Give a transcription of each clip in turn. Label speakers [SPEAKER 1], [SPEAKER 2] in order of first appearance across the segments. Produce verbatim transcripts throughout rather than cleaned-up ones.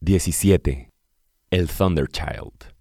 [SPEAKER 1] diecisiete. El Thunder Child.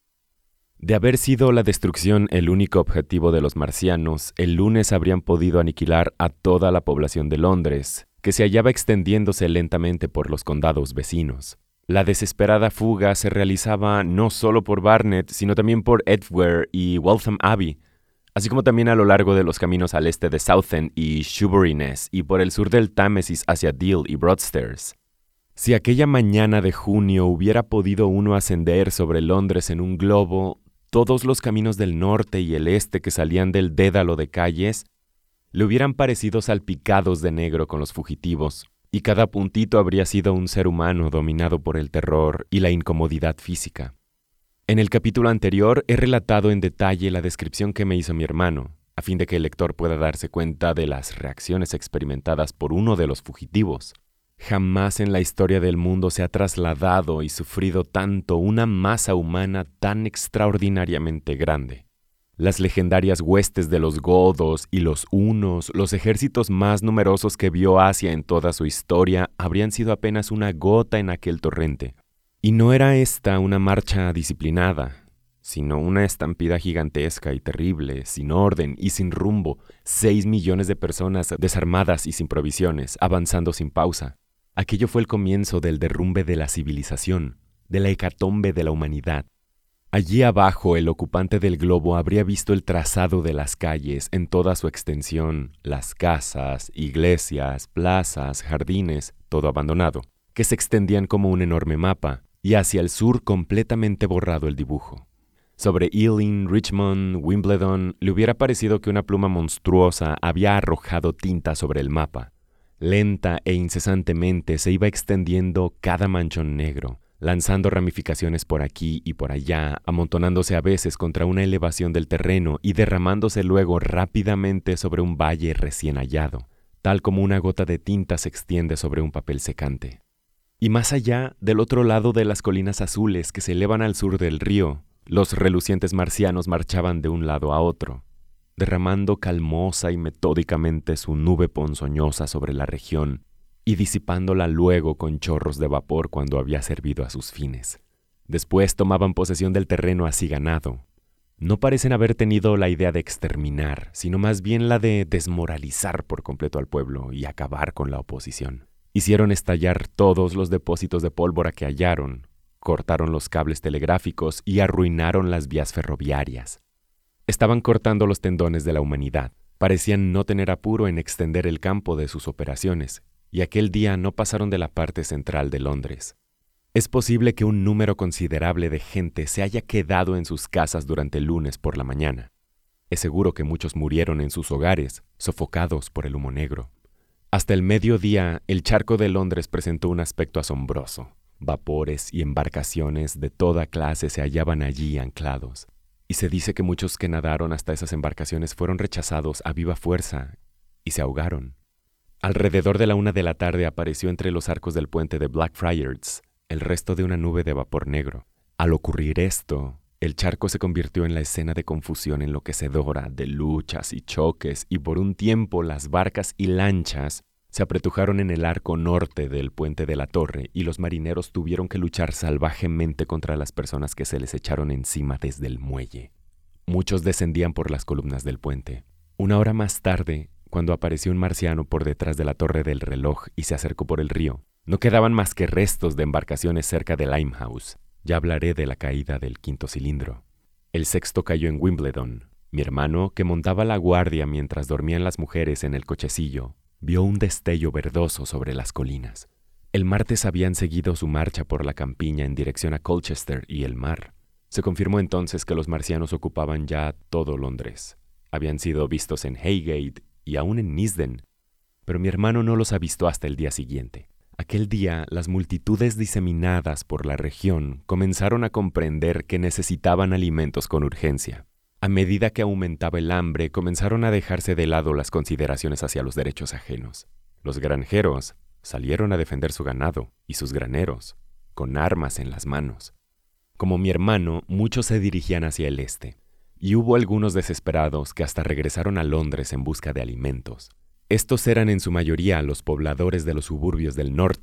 [SPEAKER 1] De haber sido la destrucción el único objetivo de los marcianos, el lunes habrían podido aniquilar a toda la población de Londres, que se hallaba extendiéndose lentamente por los condados vecinos. La desesperada fuga se realizaba no solo por Barnet, sino también por Edgware y Waltham Abbey, así como también a lo largo de los caminos al este de Southend y Shoeburyness y por el sur del Támesis hacia Deal y Broadstairs. Si aquella mañana de junio hubiera podido uno ascender sobre Londres en un globo, todos los caminos del norte y el este que salían del dédalo de calles le hubieran parecido salpicados de negro con los fugitivos, y cada puntito habría sido un ser humano dominado por el terror y la incomodidad física. En el capítulo anterior he relatado en detalle la descripción que me hizo mi hermano, a fin de que el lector pueda darse cuenta de las reacciones experimentadas por uno de los fugitivos. Jamás en la historia del mundo se ha trasladado y sufrido tanto una masa humana tan extraordinariamente grande. Las legendarias huestes de los godos y los hunos, los ejércitos más numerosos que vio Asia en toda su historia, habrían sido apenas una gota en aquel torrente. Y no era esta una marcha disciplinada, sino una estampida gigantesca y terrible, sin orden y sin rumbo, seis millones de personas desarmadas y sin provisiones, avanzando sin pausa. Aquello fue el comienzo del derrumbe de la civilización, de la hecatombe de la humanidad. Allí abajo el ocupante del globo habría visto el trazado de las calles en toda su extensión, las casas, iglesias, plazas, jardines, todo abandonado, que se extendían como un enorme mapa, y hacia el sur completamente borrado el dibujo. Sobre Ealing, Richmond, Wimbledon, le hubiera parecido que una pluma monstruosa había arrojado tinta sobre el mapa. Lenta e incesantemente se iba extendiendo cada manchón negro, lanzando ramificaciones por aquí y por allá, amontonándose a veces contra una elevación del terreno y derramándose luego rápidamente sobre un valle recién hallado, tal como una gota de tinta se extiende sobre un papel secante. Y más allá, del otro lado de las colinas azules que se elevan al sur del río, los relucientes marcianos marchaban de un lado a otro, derramando calmosa y metódicamente su nube ponzoñosa sobre la región y disipándola luego con chorros de vapor cuando había servido a sus fines. Después tomaban posesión del terreno así ganado. No parecen haber tenido la idea de exterminar, sino más bien la de desmoralizar por completo al pueblo y acabar con la oposición. Hicieron estallar todos los depósitos de pólvora que hallaron, cortaron los cables telegráficos y arruinaron las vías ferroviarias. Estaban cortando los tendones de la humanidad. Parecían no tener apuro en extender el campo de sus operaciones, y aquel día no pasaron de la parte central de Londres. Es posible que un número considerable de gente se haya quedado en sus casas durante el lunes por la mañana. Es seguro que muchos murieron en sus hogares, sofocados por el humo negro. Hasta el mediodía, el charco de Londres presentó un aspecto asombroso. Vapores y embarcaciones de toda clase se hallaban allí anclados. Y se dice que muchos que nadaron hasta esas embarcaciones fueron rechazados a viva fuerza y se ahogaron. Alrededor de la una de la tarde apareció entre los arcos del puente de Blackfriars el resto de una nube de vapor negro. Al ocurrir esto, el charco se convirtió en la escena de confusión enloquecedora, de luchas y choques, y por un tiempo las barcas y lanchas se apretujaron en el arco norte del puente de la torre y los marineros tuvieron que luchar salvajemente contra las personas que se les echaron encima desde el muelle. Muchos descendían por las columnas del puente. Una hora más tarde, cuando apareció un marciano por detrás de la torre del reloj y se acercó por el río, no quedaban más que restos de embarcaciones cerca de Limehouse. Ya hablaré de la caída del quinto cilindro. El sexto cayó en Wimbledon. Mi hermano, que montaba la guardia mientras dormían las mujeres en el cochecillo, vio un destello verdoso sobre las colinas. El martes habían seguido su marcha por la campiña en dirección a Colchester y el mar. Se confirmó entonces que los marcianos ocupaban ya todo Londres. Habían sido vistos en Highgate y aún en Neasden, pero mi hermano no los avistó hasta el día siguiente. Aquel día, las multitudes diseminadas por la región comenzaron a comprender que necesitaban alimentos con urgencia. A medida que aumentaba el hambre, comenzaron a dejarse de lado las consideraciones hacia los derechos ajenos. Los granjeros salieron a defender su ganado y sus graneros, con armas en las manos. Como mi hermano, muchos se dirigían hacia el este, y hubo algunos desesperados que hasta regresaron a Londres en busca de alimentos. Estos eran en su mayoría los pobladores de los suburbios del norte,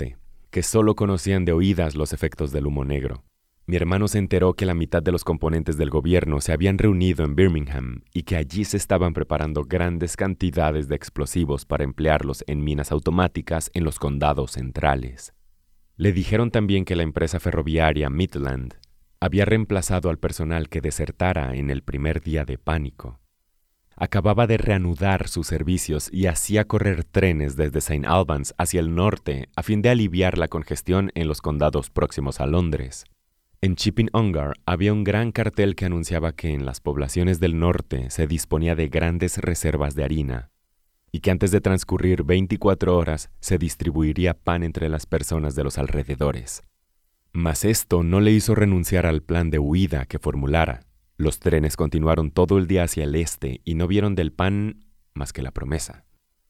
[SPEAKER 1] que solo conocían de oídas los efectos del humo negro. Mi hermano se enteró que la mitad de los componentes del gobierno se habían reunido en Birmingham y que allí se estaban preparando grandes cantidades de explosivos para emplearlos en minas automáticas en los condados centrales. Le dijeron también que la empresa ferroviaria Midland había reemplazado al personal que desertara en el primer día de pánico. Acababa de reanudar sus servicios y hacía correr trenes desde Saint Albans hacia el norte a fin de aliviar la congestión en los condados próximos a Londres. En Chipping Ongar había un gran cartel que anunciaba que en las poblaciones del norte se disponía de grandes reservas de harina y que antes de transcurrir veinticuatro horas se distribuiría pan entre las personas de los alrededores. Mas esto no le hizo renunciar al plan de huida que formulara. Los trenes continuaron todo el día hacia el este y no vieron del pan más que la promesa.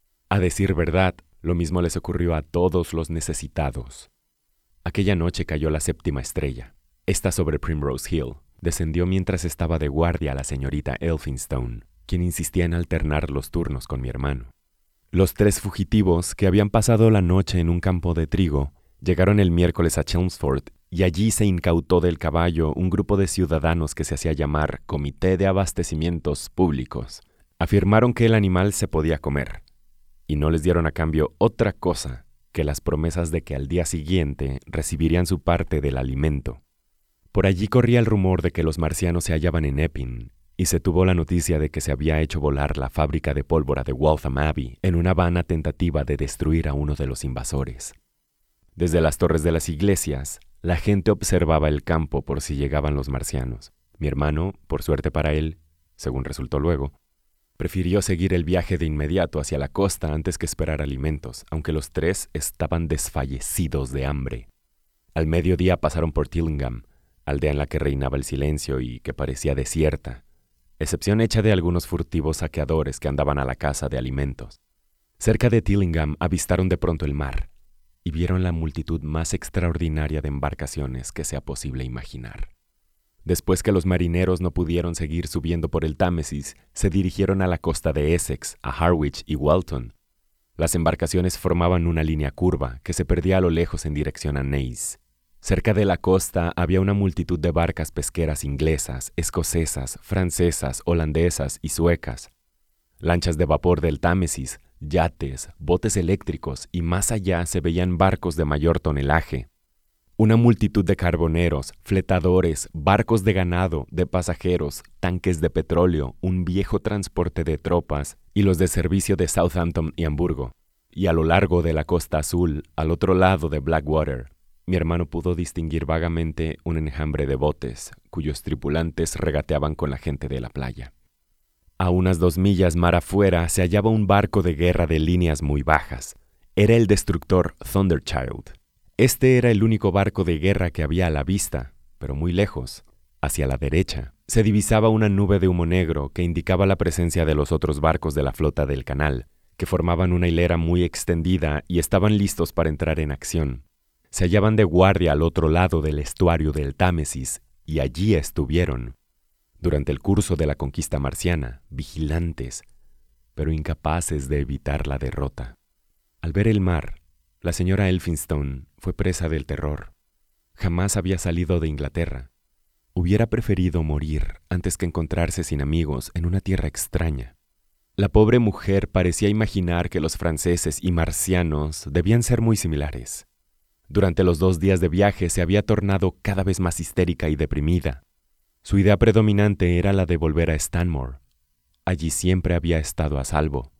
[SPEAKER 1] A decir verdad, lo mismo les ocurrió a todos los necesitados. Aquella noche cayó la séptima estrella. Esta sobre Primrose Hill. Descendió mientras estaba de guardia la señorita Elphinstone, quien insistía en alternar los turnos con mi hermano. Los tres fugitivos, que habían pasado la noche en un campo de trigo, llegaron el miércoles a Chelmsford y allí se incautó del caballo un grupo de ciudadanos que se hacía llamar Comité de Abastecimientos Públicos. Afirmaron que el animal se podía comer y no les dieron a cambio otra cosa que las promesas de que al día siguiente recibirían su parte del alimento. Por allí corría el rumor de que los marcianos se hallaban en Epping y se tuvo la noticia de que se había hecho volar la fábrica de pólvora de Waltham Abbey en una vana tentativa de destruir a uno de los invasores. Desde las torres de las iglesias, la gente observaba el campo por si llegaban los marcianos. Mi hermano, por suerte para él, según resultó luego, prefirió seguir el viaje de inmediato hacia la costa antes que esperar alimentos, aunque los tres estaban desfallecidos de hambre. Al mediodía pasaron por Tillingham, aldea en la que reinaba el silencio y que parecía desierta, excepción hecha de algunos furtivos saqueadores que andaban a la caza de alimentos. Cerca de Tillingham avistaron de pronto el mar y vieron la multitud más extraordinaria de embarcaciones que sea posible imaginar. Después que los marineros no pudieron seguir subiendo por el Támesis, se dirigieron a la costa de Essex, a Harwich y Walton. Las embarcaciones formaban una línea curva que se perdía a lo lejos en dirección a Naas. Cerca de la costa había una multitud de barcas pesqueras inglesas, escocesas, francesas, holandesas y suecas, lanchas de vapor del Támesis, yates, botes eléctricos y más allá se veían barcos de mayor tonelaje. Una multitud de carboneros, fletadores, barcos de ganado, de pasajeros, tanques de petróleo, un viejo transporte de tropas y los de servicio de Southampton y Hamburgo. Y a lo largo de la Costa Azul, al otro lado de Blackwater, mi hermano pudo distinguir vagamente un enjambre de botes, cuyos tripulantes regateaban con la gente de la playa. A unas dos millas mar afuera se hallaba un barco de guerra de líneas muy bajas. Era el destructor Thunderchild. Este era el único barco de guerra que había a la vista, pero muy lejos, hacia la derecha, se divisaba una nube de humo negro que indicaba la presencia de los otros barcos de la flota del canal, que formaban una hilera muy extendida y estaban listos para entrar en acción. Se hallaban de guardia al otro lado del estuario del Támesis, y allí estuvieron, durante el curso de la conquista marciana, vigilantes, pero incapaces de evitar la derrota. Al ver el mar, la señora Elphinstone fue presa del terror. Jamás había salido de Inglaterra. Hubiera preferido morir antes que encontrarse sin amigos en una tierra extraña. La pobre mujer parecía imaginar que los franceses y marcianos debían ser muy similares. Durante los dos días de viaje se había tornado cada vez más histérica y deprimida. Su idea predominante era la de volver a Stanmore. Allí siempre había estado a salvo.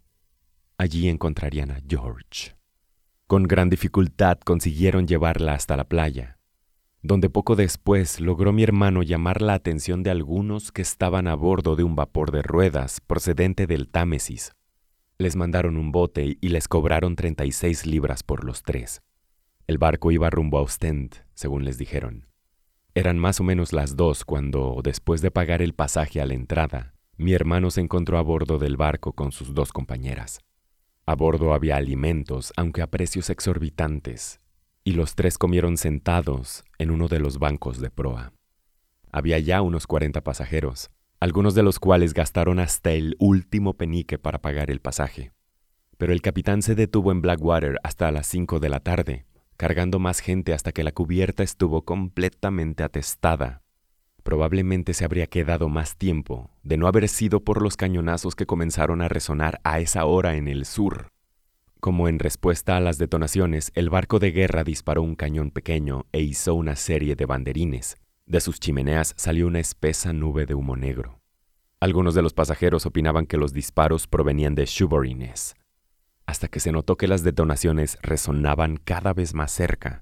[SPEAKER 1] Allí encontrarían a George. Con gran dificultad consiguieron llevarla hasta la playa, donde poco después logró mi hermano llamar la atención de algunos que estaban a bordo de un vapor de ruedas procedente del Támesis. Les mandaron un bote y les cobraron treinta y seis libras por los tres. El barco iba rumbo a Ostend, según les dijeron. Eran más o menos las dos cuando, después de pagar el pasaje a la entrada, mi hermano se encontró a bordo del barco con sus dos compañeras. A bordo había alimentos, aunque a precios exorbitantes, y los tres comieron sentados en uno de los bancos de proa. Había ya unos cuarenta pasajeros, algunos de los cuales gastaron hasta el último penique para pagar el pasaje. Pero el capitán se detuvo en Blackwater hasta las cinco de la tarde, cargando más gente hasta que la cubierta estuvo completamente atestada. Probablemente se habría quedado más tiempo de no haber sido por los cañonazos que comenzaron a resonar a esa hora en el sur. Como en respuesta a las detonaciones, el barco de guerra disparó un cañón pequeño e izó una serie de banderines. De sus chimeneas salió una espesa nube de humo negro. Algunos de los pasajeros opinaban que los disparos provenían de submarines, hasta que se notó que las detonaciones resonaban cada vez más cerca.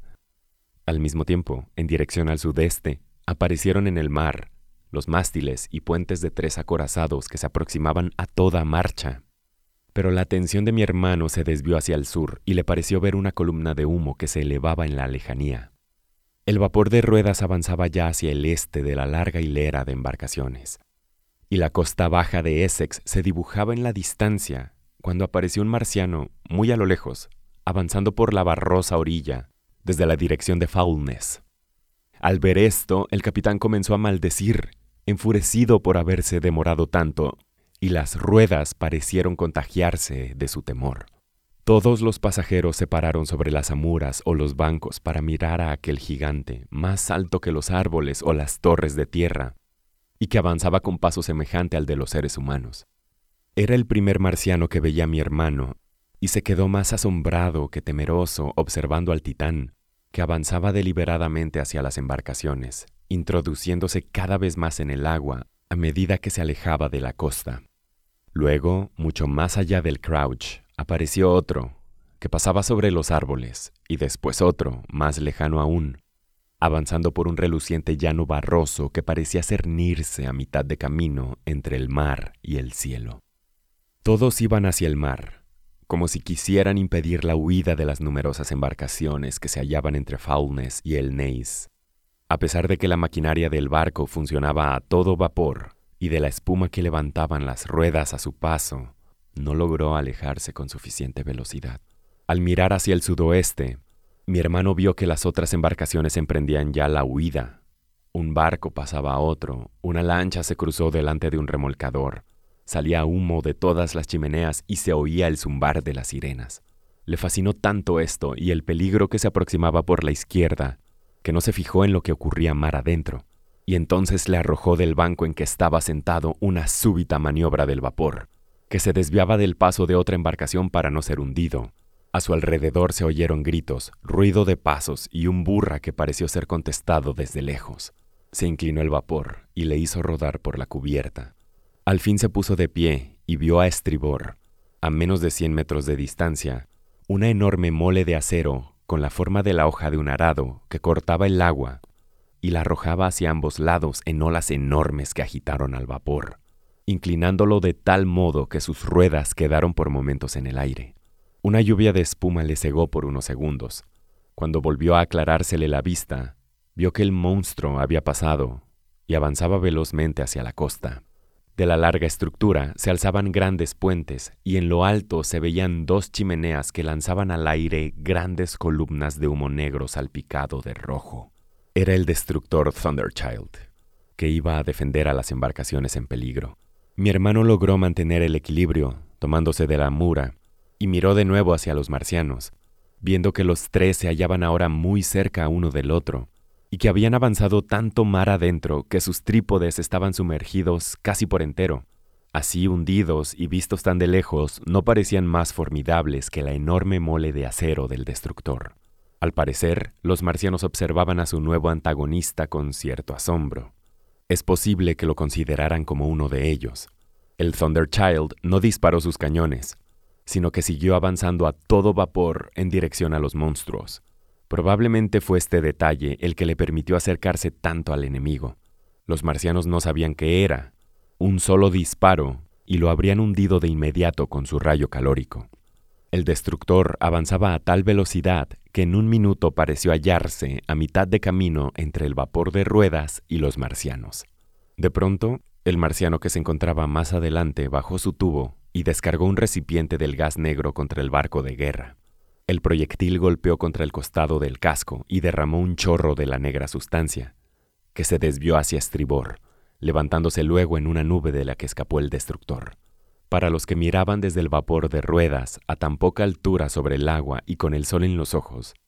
[SPEAKER 1] Al mismo tiempo, en dirección al sudeste, aparecieron en el mar los mástiles y puentes de tres acorazados que se aproximaban a toda marcha. Pero la atención de mi hermano se desvió hacia el sur y le pareció ver una columna de humo que se elevaba en la lejanía. El vapor de ruedas avanzaba ya hacia el este de la larga hilera de embarcaciones, y la costa baja de Essex se dibujaba en la distancia cuando apareció un marciano muy a lo lejos, avanzando por la barrosa orilla desde la dirección de Foulness. Al ver esto, el capitán comenzó a maldecir, enfurecido por haberse demorado tanto, y las ruedas parecieron contagiarse de su temor. Todos los pasajeros se pararon sobre las amuras o los bancos para mirar a aquel gigante, más alto que los árboles o las torres de tierra, y que avanzaba con paso semejante al de los seres humanos. Era el primer marciano que veía a mi hermano, y se quedó más asombrado que temeroso observando al titán, que avanzaba deliberadamente hacia las embarcaciones, introduciéndose cada vez más en el agua a medida que se alejaba de la costa. Luego, mucho más allá del Crouch, apareció otro, que pasaba sobre los árboles, y después otro, más lejano aún, avanzando por un reluciente llano barroso que parecía cernirse a mitad de camino entre el mar y el cielo. Todos iban hacia el mar, como si quisieran impedir la huida de las numerosas embarcaciones que se hallaban entre Foulness y el Naze. A pesar de que la maquinaria del barco funcionaba a todo vapor y de la espuma que levantaban las ruedas a su paso, no logró alejarse con suficiente velocidad. Al mirar hacia el sudoeste, mi hermano vio que las otras embarcaciones emprendían ya la huida. Un barco pasaba a otro, una lancha se cruzó delante de un remolcador, salía humo de todas las chimeneas y se oía el zumbar de las sirenas. Le fascinó tanto esto y el peligro que se aproximaba por la izquierda, que no se fijó en lo que ocurría mar adentro, y entonces le arrojó del banco en que estaba sentado una súbita maniobra del vapor, que se desviaba del paso de otra embarcación para no ser hundido. A su alrededor se oyeron gritos, ruido de pasos y un burra que pareció ser contestado desde lejos. Se inclinó el vapor y le hizo rodar por la cubierta. Al fin se puso de pie y vio a estribor, a menos de cien metros de distancia, una enorme mole de acero con la forma de la hoja de un arado que cortaba el agua y la arrojaba hacia ambos lados en olas enormes que agitaron al vapor, inclinándolo de tal modo que sus ruedas quedaron por momentos en el aire. Una lluvia de espuma le cegó por unos segundos. Cuando volvió a aclarársele la vista, vio que el monstruo había pasado y avanzaba velozmente hacia la costa. De la larga estructura se alzaban grandes puentes y en lo alto se veían dos chimeneas que lanzaban al aire grandes columnas de humo negro salpicado de rojo. Era el destructor Thunderchild, que iba a defender a las embarcaciones en peligro. Mi hermano logró mantener el equilibrio, tomándose de la mura, y miró de nuevo hacia los marcianos, viendo que los tres se hallaban ahora muy cerca uno del otro, y que habían avanzado tanto mar adentro que sus trípodes estaban sumergidos casi por entero. Así, hundidos y vistos tan de lejos, no parecían más formidables que la enorme mole de acero del destructor. Al parecer, los marcianos observaban a su nuevo antagonista con cierto asombro. Es posible que lo consideraran como uno de ellos. El Thunderchild no disparó sus cañones, sino que siguió avanzando a todo vapor en dirección a los monstruos. Probablemente fue este detalle el que le permitió acercarse tanto al enemigo. Los marcianos no sabían qué era. Un solo disparo y lo habrían hundido de inmediato con su rayo calórico. El destructor avanzaba a tal velocidad que en un minuto pareció hallarse a mitad de camino entre el vapor de ruedas y los marcianos. De pronto, el marciano que se encontraba más adelante bajó su tubo y descargó un recipiente del gas negro contra el barco de guerra. El proyectil golpeó contra el costado del casco y derramó un chorro de la negra sustancia, que se desvió hacia estribor, levantándose luego en una nube de la que escapó el destructor. Para los que miraban desde el vapor de ruedas a tan poca altura sobre el agua y con el sol en los ojos,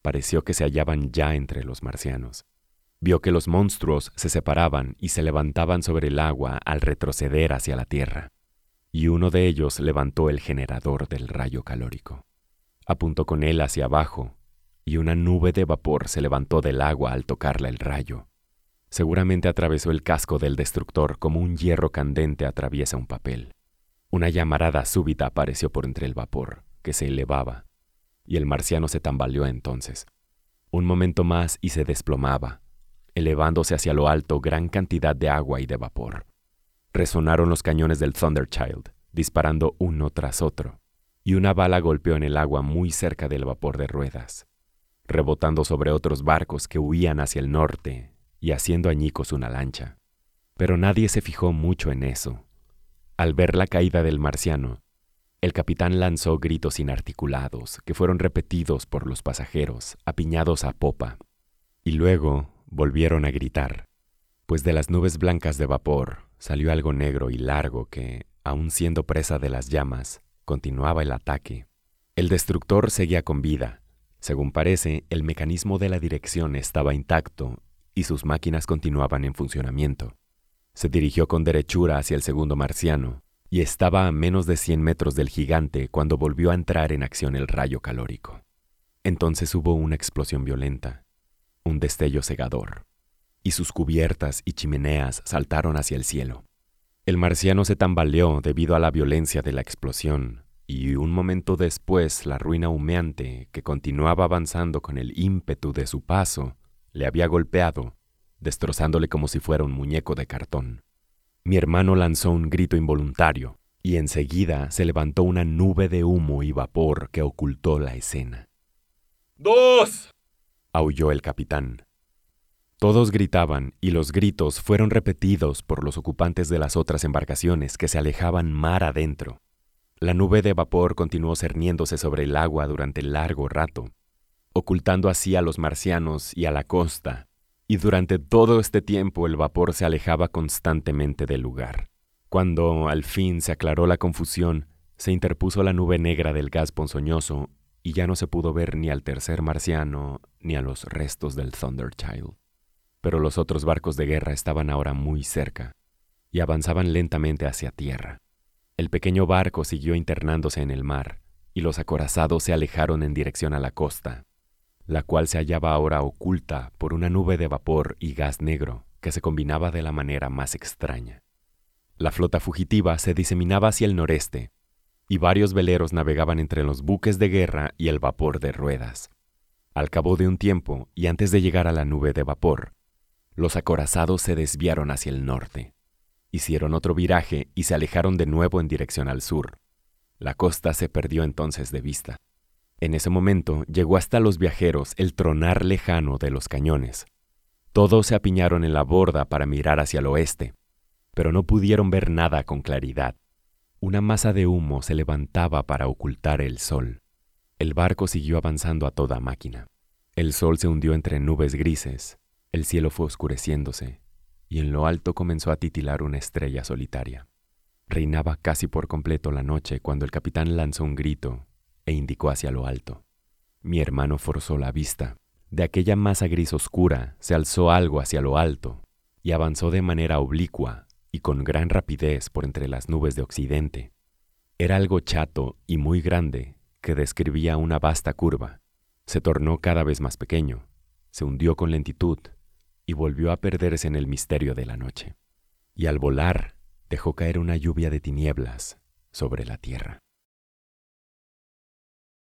[SPEAKER 1] pareció que se hallaban ya entre los marcianos. Vio que los monstruos se separaban y se levantaban sobre el agua al retroceder hacia la tierra, y uno de ellos levantó el generador del rayo calórico. Apuntó con él hacia abajo, y una nube de vapor se levantó del agua al tocarla el rayo. Seguramente atravesó el casco del destructor como un hierro candente atraviesa un papel. Una llamarada súbita apareció por entre el vapor, que se elevaba, y el marciano se tambaleó entonces. Un momento más y se desplomaba, elevándose hacia lo alto gran cantidad de agua y de vapor. Resonaron los cañones del Thunderchild, disparando uno tras otro, y una bala golpeó en el agua muy cerca del vapor de ruedas, rebotando sobre otros barcos que huían hacia el norte y haciendo añicos una lancha. Pero nadie se fijó mucho en eso. Al ver la caída del marciano, el capitán lanzó gritos inarticulados que fueron repetidos por los pasajeros, apiñados a popa, y luego volvieron a gritar, pues de las nubes blancas de vapor salió algo negro y largo que, aun siendo presa de las llamas, continuaba el ataque. El destructor seguía con vida. Según parece, el mecanismo de la dirección estaba intacto y sus máquinas continuaban en funcionamiento. Se dirigió con derechura hacia el segundo marciano y estaba a menos de cien metros del gigante cuando volvió a entrar en acción el rayo calórico. Entonces hubo una explosión violenta, un destello cegador, y sus cubiertas y chimeneas saltaron hacia el cielo. El marciano se tambaleó debido a la violencia de la explosión, y un momento después la ruina humeante, que continuaba avanzando con el ímpetu de su paso, le había golpeado, destrozándole como si fuera un muñeco de cartón. Mi hermano lanzó un grito involuntario, y enseguida se levantó una nube de humo y vapor que ocultó la escena.
[SPEAKER 2] ¡Dos!,
[SPEAKER 1] aulló el capitán. Todos gritaban, y los gritos fueron repetidos por los ocupantes de las otras embarcaciones que se alejaban mar adentro. La nube de vapor continuó cerniéndose sobre el agua durante largo rato, ocultando así a los marcianos y a la costa, y durante todo este tiempo el vapor se alejaba constantemente del lugar. Cuando al fin se aclaró la confusión, se interpuso la nube negra del gas ponzoñoso y ya no se pudo ver ni al tercer marciano ni a los restos del Thunderchild. Pero los otros barcos de guerra estaban ahora muy cerca y avanzaban lentamente hacia tierra. El pequeño barco siguió internándose en el mar y los acorazados se alejaron en dirección a la costa, la cual se hallaba ahora oculta por una nube de vapor y gas negro que se combinaba de la manera más extraña. La flota fugitiva se diseminaba hacia el noreste y varios veleros navegaban entre los buques de guerra y el vapor de ruedas. Al cabo de un tiempo y antes de llegar a la nube de vapor, los acorazados se desviaron hacia el norte. Hicieron otro viraje y se alejaron de nuevo en dirección al sur. La costa se perdió entonces de vista. En ese momento llegó hasta los viajeros el tronar lejano de los cañones. Todos se apiñaron en la borda para mirar hacia el oeste, pero no pudieron ver nada con claridad. Una masa de humo se levantaba para ocultar el sol. El barco siguió avanzando a toda máquina. El sol se hundió entre nubes grises. El cielo fue oscureciéndose, y en lo alto comenzó a titilar una estrella solitaria. Reinaba casi por completo la noche cuando el capitán lanzó un grito e indicó hacia lo alto. Mi hermano forzó la vista. De aquella masa gris oscura se alzó algo hacia lo alto, y avanzó de manera oblicua y con gran rapidez por entre las nubes de occidente. Era algo chato y muy grande que describía una vasta curva. Se tornó cada vez más pequeño, se hundió con lentitud, y volvió a perderse en el misterio de la noche. Y al volar, dejó caer una lluvia de tinieblas sobre la tierra.